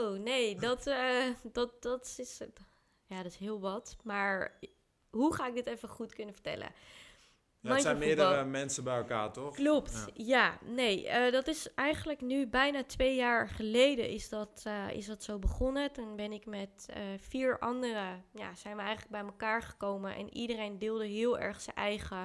dat is... Ja, dat is heel wat. Maar hoe ga ik dit even goed kunnen vertellen?
Ja, het zijn meerdere mensen bij elkaar, toch?
Klopt, dat is eigenlijk nu bijna 2 jaar geleden is dat zo begonnen. Toen ben ik met 4 anderen, zijn we eigenlijk bij elkaar gekomen. En iedereen deelde heel erg zijn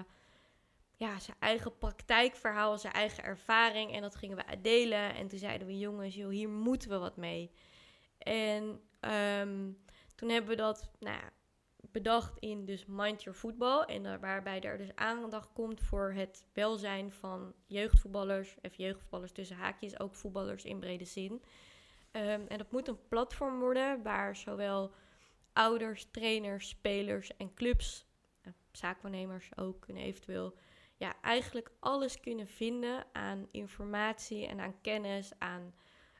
eigen praktijkverhaal, zijn eigen ervaring. En dat gingen we delen. En toen zeiden we, jongens, joh, hier moeten we wat mee. En toen hebben we dat bedacht in dus Mind Your Voetbal. En waarbij er dus aandacht komt voor het welzijn van jeugdvoetballers. Even jeugdvoetballers tussen haakjes, ook voetballers in brede zin. En dat moet een platform worden waar zowel ouders, trainers, spelers en clubs, zaakwaarnemers ook kunnen eventueel, eigenlijk alles kunnen vinden aan informatie en aan kennis, aan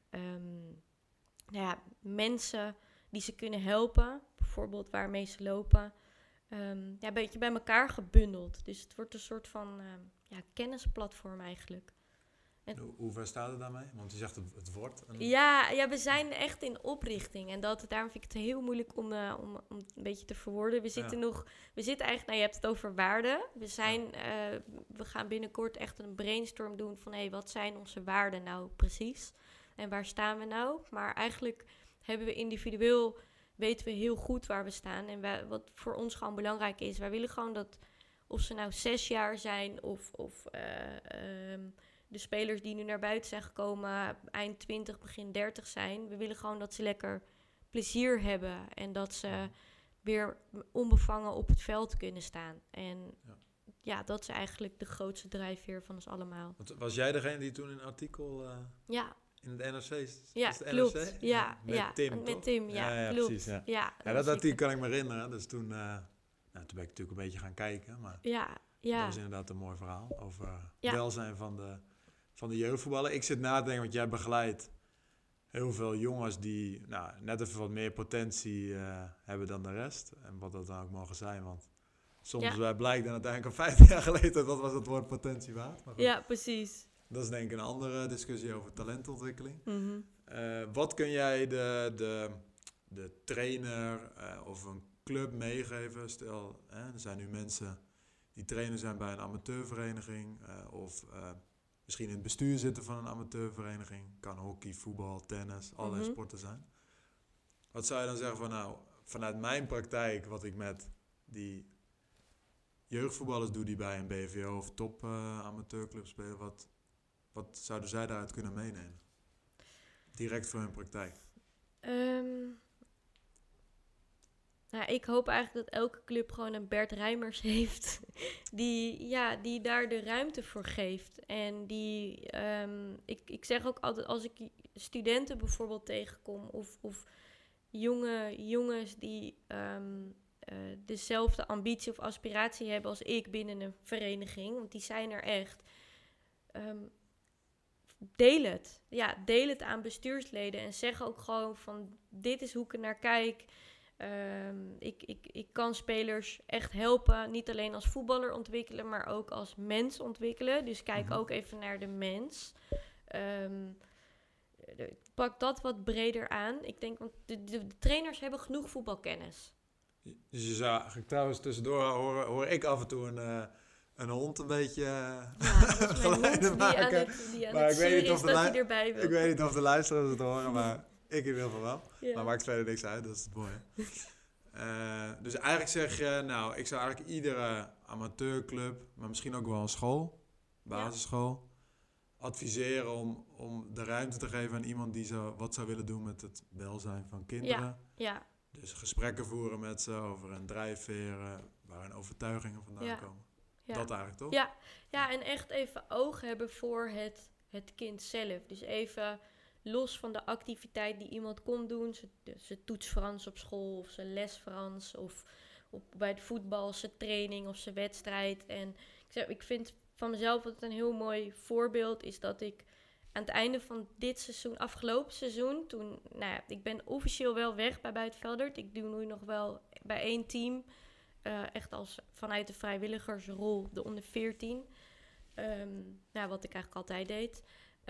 mensen die ze kunnen helpen, bijvoorbeeld waarmee ze lopen, een beetje bij elkaar gebundeld. Dus het wordt een soort van kennisplatform eigenlijk. En
hoe ver staat het daarmee? Want je zegt het wordt.
Ja, we zijn echt in oprichting. En daarom vind ik het heel moeilijk om een beetje te verwoorden. We zitten eigenlijk, je hebt het over waarden. We gaan binnenkort echt een brainstorm doen van, wat zijn onze waarden nou precies? En waar staan we nou? Maar eigenlijk hebben we individueel, weten we heel goed waar we staan. En wat voor ons gewoon belangrijk is, wij willen gewoon dat, of ze nou 6 jaar zijn of de spelers die nu naar buiten zijn gekomen, eind 20, begin 30 zijn. We willen gewoon dat ze lekker plezier hebben en dat ze weer onbevangen op het veld kunnen staan. En dat is eigenlijk de grootste drijfveer van ons allemaal.
Want was jij degene die toen een artikel in het NRC?
Ja, klopt.
NRC?
Ja,
met Tim,
met
toch?
Tim, klopt.
Precies, ja. Dat artikel kan ik me herinneren. Dus toen ben ik natuurlijk een beetje gaan kijken. Maar dat was inderdaad een mooi verhaal over welzijn van de jeugdvoetballen. Ik zit na te denken, want jij begeleidt heel veel jongens die net even wat meer potentie hebben dan de rest. En wat dat dan ook mogen zijn, want soms blijkt dan uiteindelijk al 15 jaar geleden dat was het woord potentie waard. Maar goed,
ja, precies.
Dat is denk ik een andere discussie over talentontwikkeling.
Mm-hmm.
Wat kun jij de trainer of een club meegeven? Stel, er zijn nu mensen die trainer zijn bij een amateurvereniging of misschien in het bestuur zitten van een amateurvereniging. Kan hockey, voetbal, tennis, allerlei sporten zijn. Wat zou je dan zeggen van vanuit mijn praktijk, wat ik met die jeugdvoetballers doe die bij een BVO of top amateurclub spelen, wat zouden zij daaruit kunnen meenemen? Direct voor hun praktijk.
Nou, ik hoop eigenlijk dat elke club gewoon een Bert Rijmers heeft die daar de ruimte voor geeft. En ik zeg ook altijd, als ik studenten bijvoorbeeld tegenkom of jonge jongens die dezelfde ambitie of aspiratie hebben als ik binnen een vereniging, want die zijn er echt. Deel het. Ja, deel het aan bestuursleden en zeg ook gewoon van dit is hoe ik er naar kijk. Ik kan spelers echt helpen, niet alleen als voetballer ontwikkelen, maar ook als mens ontwikkelen. Dus kijk ook even naar de mens. Pak dat wat breder aan. Ik denk, want de trainers hebben genoeg voetbalkennis.
Dus je zou eigenlijk trouwens tussendoor hoor ik af en toe een hond een beetje geluiden maken.
Maar ik weet niet of hij erbij wil.
Ik weet niet of de luisteraars het horen, maar ik in ieder geval wel.
Ja.
Maar maakt verder niks uit, dat is het mooie. Dus eigenlijk zeg je, nou, ik zou eigenlijk iedere amateurclub, maar misschien ook wel een school, basisschool, adviseren om de ruimte te geven aan iemand die wat zou willen doen met het welzijn van kinderen.
Ja.
Dus gesprekken voeren met ze over een drijfveer, waar hun overtuigingen vandaan komen. Ja. Dat eigenlijk toch?
Ja, en echt even oog hebben voor het kind zelf. Dus even los van de activiteit die iemand komt doen. Ze toets Frans op school of ze les Frans of bij het voetbal, zijn training of zijn wedstrijd. En ik vind van mezelf dat het een heel mooi voorbeeld is dat ik aan het einde van dit seizoen, afgelopen seizoen, toen, ik ben officieel wel weg bij Buitenveldert. Ik doe nu nog wel bij 1 team, echt vanuit de vrijwilligersrol, de onder 14. Wat ik eigenlijk altijd deed.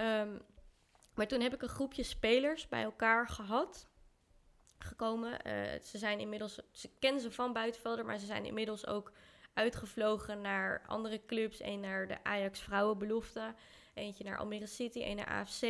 Maar toen heb ik een groepje spelers bij elkaar gekomen. Ze kennen ze van Buitenveldert, maar ze zijn inmiddels ook uitgevlogen naar andere clubs. Eén naar de Ajax Vrouwenbelofte, eentje naar Almere City, één naar AFC.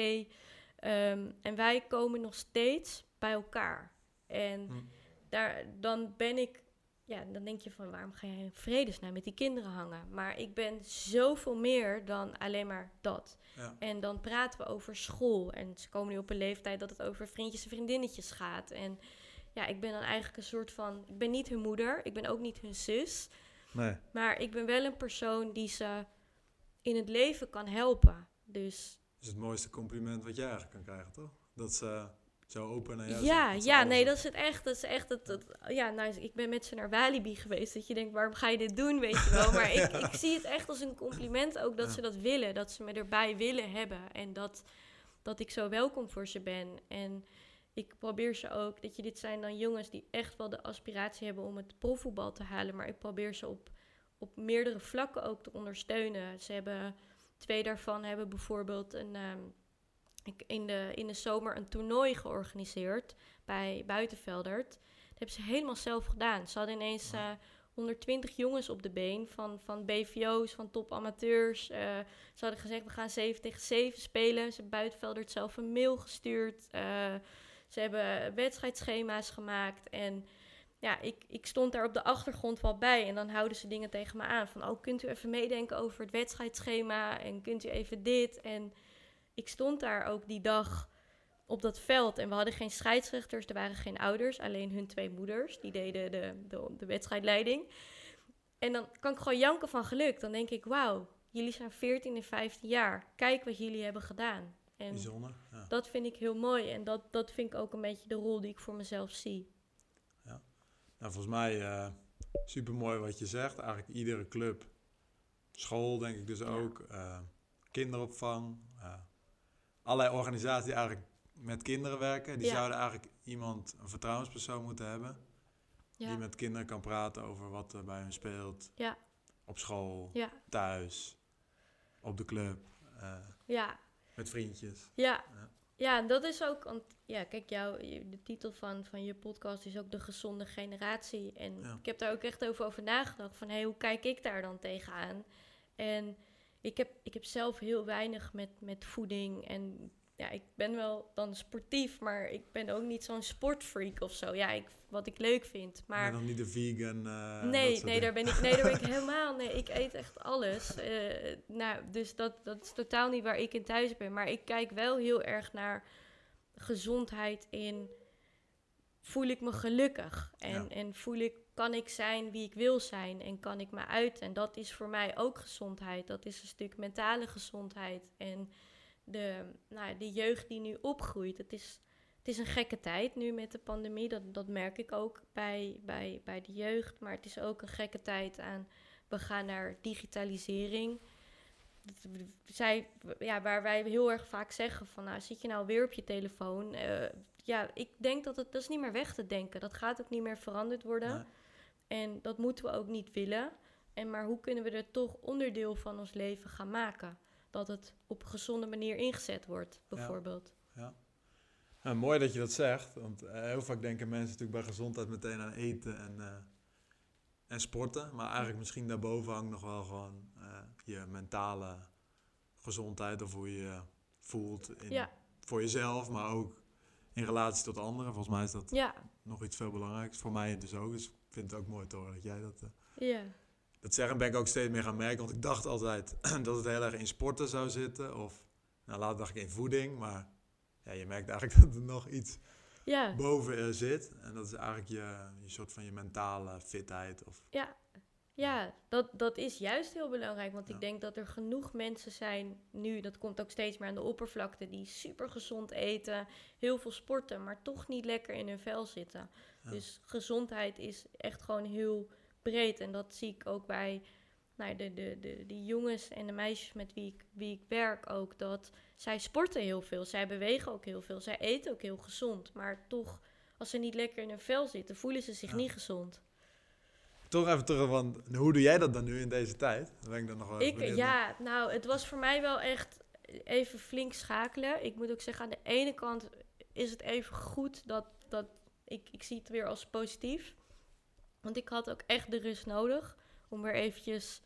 En wij komen nog steeds bij elkaar. En dan denk je van, waarom ga jij in vredesnaam met die kinderen hangen? Maar ik ben zoveel meer dan alleen maar dat. Ja. En dan praten we over school. En ze komen nu op een leeftijd dat het over vriendjes en vriendinnetjes gaat. En ik ben dan eigenlijk een soort van, ik ben niet hun moeder, ik ben ook niet hun zus.
Nee.
Maar ik ben wel een persoon die ze in het leven kan helpen. Dus
dat is het mooiste compliment wat jij eigenlijk kan krijgen, toch? Dat ze zo open naar jou zijn.
Dat is het echt. Dat is echt ik ben met ze naar Walibi geweest. Dat je denkt, waarom ga je dit doen, weet je wel. Maar ik zie het echt als een compliment ook dat ze dat willen. Dat ze me erbij willen hebben. En dat ik zo welkom voor ze ben. En ik probeer ze ook, dit zijn dan jongens die echt wel de aspiratie hebben om het profvoetbal te halen. Maar ik probeer ze op meerdere vlakken ook te ondersteunen. 2 daarvan hebben bijvoorbeeld in de zomer een toernooi georganiseerd bij Buitenveldert. Dat hebben ze helemaal zelf gedaan. Ze hadden ineens 120 jongens op de been van BVO's, van topamateurs. Ze hadden gezegd, we gaan 7 tegen 7 spelen. Ze hebben Buitenveldert zelf een mail gestuurd. Ze hebben wedstrijdschema's gemaakt. En ik stond daar op de achtergrond wel bij. En dan houden ze dingen tegen me aan. Van, kunt u even meedenken over het wedstrijdschema? En kunt u even dit? En ik stond daar ook die dag op dat veld. En we hadden geen scheidsrechters, er waren geen ouders. Alleen hun 2 moeders, die deden de wedstrijdleiding. En dan kan ik gewoon janken van geluk. Dan denk ik, wauw, jullie zijn 14 en 15 jaar. Kijk wat jullie hebben gedaan. En
bijzonder, ja.
Dat vind ik heel mooi. En dat vind ik ook een beetje de rol die ik voor mezelf zie.
Ja. Nou, volgens mij supermooi wat je zegt. Eigenlijk iedere club. School denk ik dus ook. Kinderopvang. Allerlei organisaties die eigenlijk met kinderen werken. Die zouden eigenlijk een vertrouwenspersoon moeten hebben. Ja. Die met kinderen kan praten over wat er bij hen speelt. Ja. Op school, thuis, op de club. Met vriendjes.
Ja, en dat is ook... Want, kijk, de titel van je podcast is ook de gezonde generatie. En ik heb daar ook echt over nagedacht. Van, hoe kijk ik daar dan tegenaan? En ik heb zelf heel weinig met voeding. En ik ben wel dan sportief, maar ik ben ook niet zo'n sportfreak of zo. Wat ik leuk vind. Maar
ben nog niet de vegan?
Daar ben ik helemaal... Nee, ik eet echt alles. Dus dat is totaal niet waar ik in thuis ben. Maar ik kijk wel heel erg naar gezondheid in voel ik me gelukkig. En kan ik zijn wie ik wil zijn en kan ik me uiten. En dat is voor mij ook gezondheid. Dat is een stuk mentale gezondheid. En de jeugd die nu opgroeit, het is een gekke tijd nu met de pandemie. Dat merk ik ook bij de jeugd. Maar het is ook een gekke tijd we gaan naar digitalisering. Waar wij heel erg vaak zeggen van, zit je nou weer op je telefoon? Ik denk dat is niet meer weg te denken. Dat gaat ook niet meer veranderd worden.
Nee.
En dat moeten we ook niet willen. Maar hoe kunnen we er toch onderdeel van ons leven gaan maken? Dat het op een gezonde manier ingezet wordt, bijvoorbeeld.
Ja. Ja, mooi dat je dat zegt. Want heel vaak denken mensen natuurlijk bij gezondheid meteen aan eten en sporten. Maar eigenlijk misschien daarboven hangt nog wel gewoon je mentale gezondheid. Of hoe je je voelt voor jezelf, maar ook in relatie tot anderen. Volgens mij is dat nog iets veel belangrijks. Voor mij dus ook. Dus ik vind het ook mooi te horen dat jij dat... Dat zeggen ben ik ook steeds meer gaan merken. Want ik dacht altijd dat het heel erg in sporten zou zitten. Of later dacht ik in voeding. Maar je merkt eigenlijk dat er nog iets boven zit. En dat is eigenlijk je soort van je mentale fitheid.
Dat is juist heel belangrijk. Want ik denk dat er genoeg mensen zijn nu, dat komt ook steeds meer aan de oppervlakte, die super gezond eten, heel veel sporten, maar toch niet lekker in hun vel zitten. Ja. Dus gezondheid is echt gewoon heel breed. En dat zie ik ook bij de jongens en de meisjes met wie ik werk ook. Dat zij sporten heel veel, zij bewegen ook heel veel, zij eten ook heel gezond. Maar toch, als ze niet lekker in hun vel zitten, voelen ze zich niet gezond.
Toch even terug, want hoe doe jij dat dan nu in deze tijd? Dan ben ik dan nog wel even
het was voor mij wel echt even flink schakelen. Ik moet ook zeggen, aan de ene kant is het even goed dat ik zie het weer als positief. Want ik had ook echt de rust nodig om weer eventjes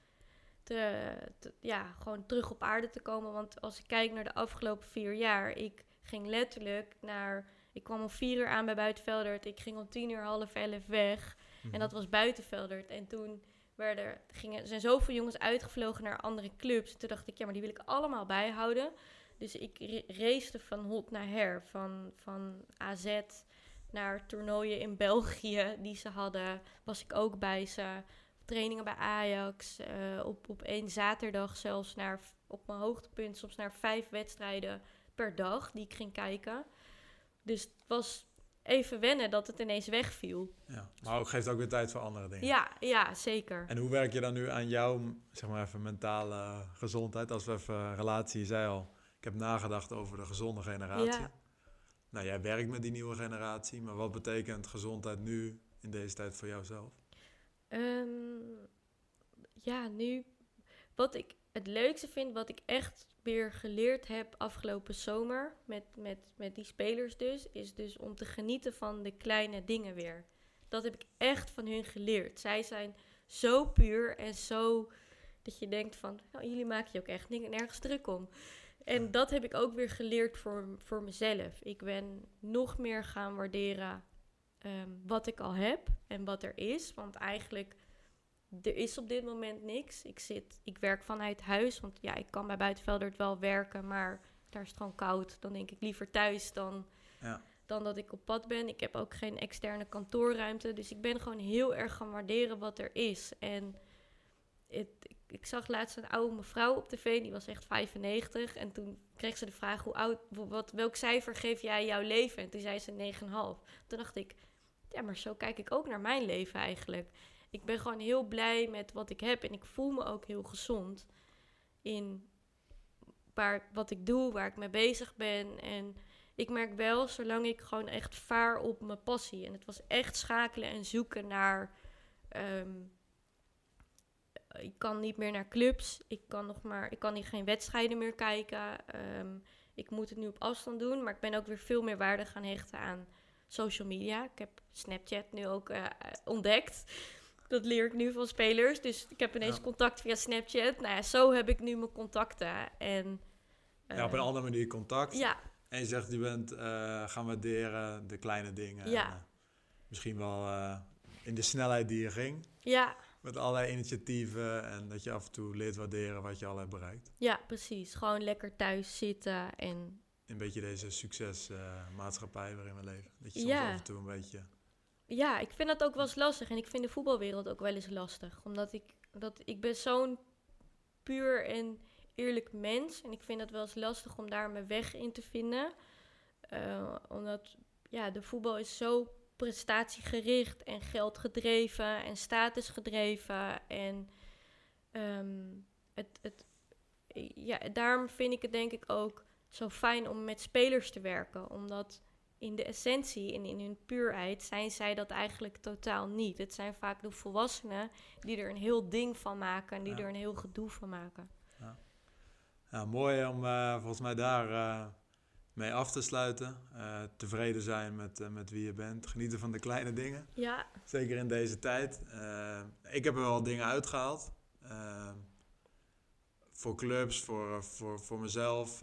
gewoon terug op aarde te komen. Want als ik kijk naar de afgelopen 4 jaar, ik ging letterlijk ik kwam om 4 uur aan bij Buitenveldert. Ik ging om 10:30 weg. En dat was Buitenveldert. En toen zijn zoveel jongens uitgevlogen naar andere clubs. En toen dacht ik, maar die wil ik allemaal bijhouden. Dus ik race van hot naar her. Van AZ naar toernooien in België die ze hadden. Was ik ook bij ze. Trainingen bij Ajax. Op 1 zaterdag zelfs op mijn hoogtepunt soms naar 5 wedstrijden per dag die ik ging kijken. Dus het was even wennen dat het ineens wegviel. Ja,
maar het geeft ook weer tijd voor andere dingen.
Ja, zeker.
En hoe werk je dan nu aan jouw, zeg maar even, mentale gezondheid? Als we even relatie, je zei al, ik heb nagedacht over de gezonde generatie. Ja. Nou, jij werkt met die nieuwe generatie, maar wat betekent gezondheid nu in deze tijd voor jouzelf?
Nu, wat ik het leukste vind, wat ik echt weer geleerd heb afgelopen zomer met die spelers is dus om te genieten van de kleine dingen weer. Dat heb ik echt van hun geleerd. Zij zijn zo puur en zo dat je denkt van, jullie maken je ook echt nergens druk om. En dat heb ik ook weer geleerd voor mezelf. Ik ben nog meer gaan waarderen wat ik al heb en wat er is. Want eigenlijk, er is op dit moment niks. Ik werk vanuit huis, want ik kan bij Buitenveldert wel werken, maar daar is het gewoon koud. Dan denk ik liever thuis dan dat ik op pad ben. Ik heb ook geen externe kantoorruimte, dus ik ben gewoon heel erg gaan waarderen wat er is. En ik zag laatst een oude mevrouw op tv, die was echt 95. En toen kreeg ze de vraag, welk cijfer geef jij jouw leven? En toen zei ze 9,5. Toen dacht ik, maar zo kijk ik ook naar mijn leven eigenlijk. Ik ben gewoon heel blij met wat ik heb. En ik voel me ook heel gezond in wat ik doe, waar ik mee bezig ben. En ik merk wel, zolang ik gewoon echt vaar op mijn passie. En het was echt schakelen en zoeken naar... ik kan niet meer naar clubs. Ik kan niet geen wedstrijden meer kijken. Ik moet het nu op afstand doen. Maar ik ben ook weer veel meer waarde gaan hechten aan social media. Ik heb Snapchat nu ook ontdekt. Dat leer ik nu van spelers. Dus ik heb ineens contact via Snapchat. Nou ja, zo heb ik nu mijn contacten. En,
op een andere manier contact.
Ja.
En je zegt, je bent gaan waarderen de kleine dingen.
Ja.
En, misschien wel in de snelheid die je ging.
Ja.
Met allerlei initiatieven. En dat je af en toe leert waarderen wat je al hebt bereikt.
Ja, precies. Gewoon lekker thuis zitten en
een beetje deze succesmaatschappij waarin we leven. Dat je soms
Ja.
af en toe een beetje...
Ja, ik vind dat ook wel eens lastig. En ik vind de voetbalwereld ook wel eens lastig. Omdat ik ben zo'n puur en eerlijk mens. En ik vind het wel eens lastig om daar mijn weg in te vinden. Omdat de voetbal is zo prestatiegericht en geldgedreven en statusgedreven. En daarom vind ik het denk ik ook zo fijn om met spelers te werken. Omdat in de essentie en in hun puurheid zijn zij dat eigenlijk totaal niet. Het zijn vaak de volwassenen die er een heel ding van maken en die er een heel gedoe van maken.
Ja, mooi om volgens mij daar mee af te sluiten. Tevreden zijn met wie je bent. Genieten van de kleine dingen.
Ja.
Zeker in deze tijd. Ik heb er wel dingen uitgehaald. Voor clubs, voor mezelf.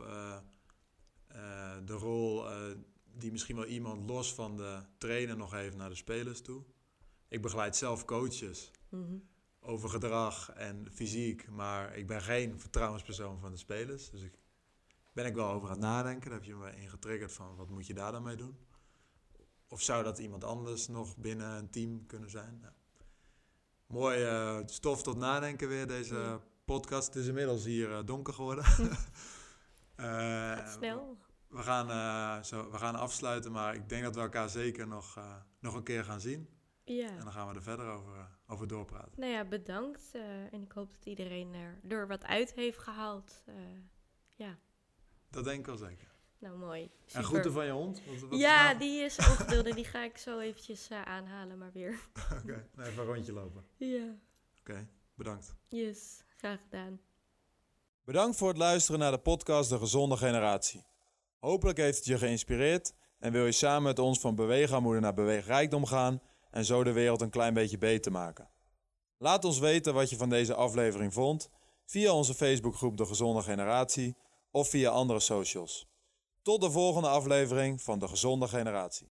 De rol die misschien wel iemand los van de trainer nog heeft naar de spelers toe. Ik begeleid zelf coaches over gedrag en fysiek, maar ik ben geen vertrouwenspersoon van de spelers. Dus ben ik wel over aan het nadenken. Daar heb je me in getriggerd van wat moet je daar dan mee doen? Of zou dat iemand anders nog binnen een team kunnen zijn? Ja. Mooi stof tot nadenken weer, deze podcast. Het is inmiddels hier donker geworden.
Gaat snel.
We gaan afsluiten, maar ik denk dat we elkaar zeker nog een keer gaan zien.
Ja.
En dan gaan we er verder over doorpraten.
Nou ja, bedankt. En ik hoop dat iedereen er wat uit heeft gehaald.
Dat denk ik wel zeker.
Nou, mooi. Super.
En groeten van je hond? Wat
ja,
is nou?
die is ongeduldig. Die ga ik zo eventjes aanhalen, maar weer.
Oké, even een rondje lopen.
Ja.
Oké, bedankt.
Yes, graag gedaan.
Bedankt voor het luisteren naar de podcast De Gezonde Generatie. Hopelijk heeft het je geïnspireerd en wil je samen met ons van beweegarmoede naar beweegrijkdom gaan en zo de wereld een klein beetje beter maken. Laat ons weten wat je van deze aflevering vond via onze Facebookgroep De Gezonde Generatie of via andere socials. Tot de volgende aflevering van De Gezonde Generatie.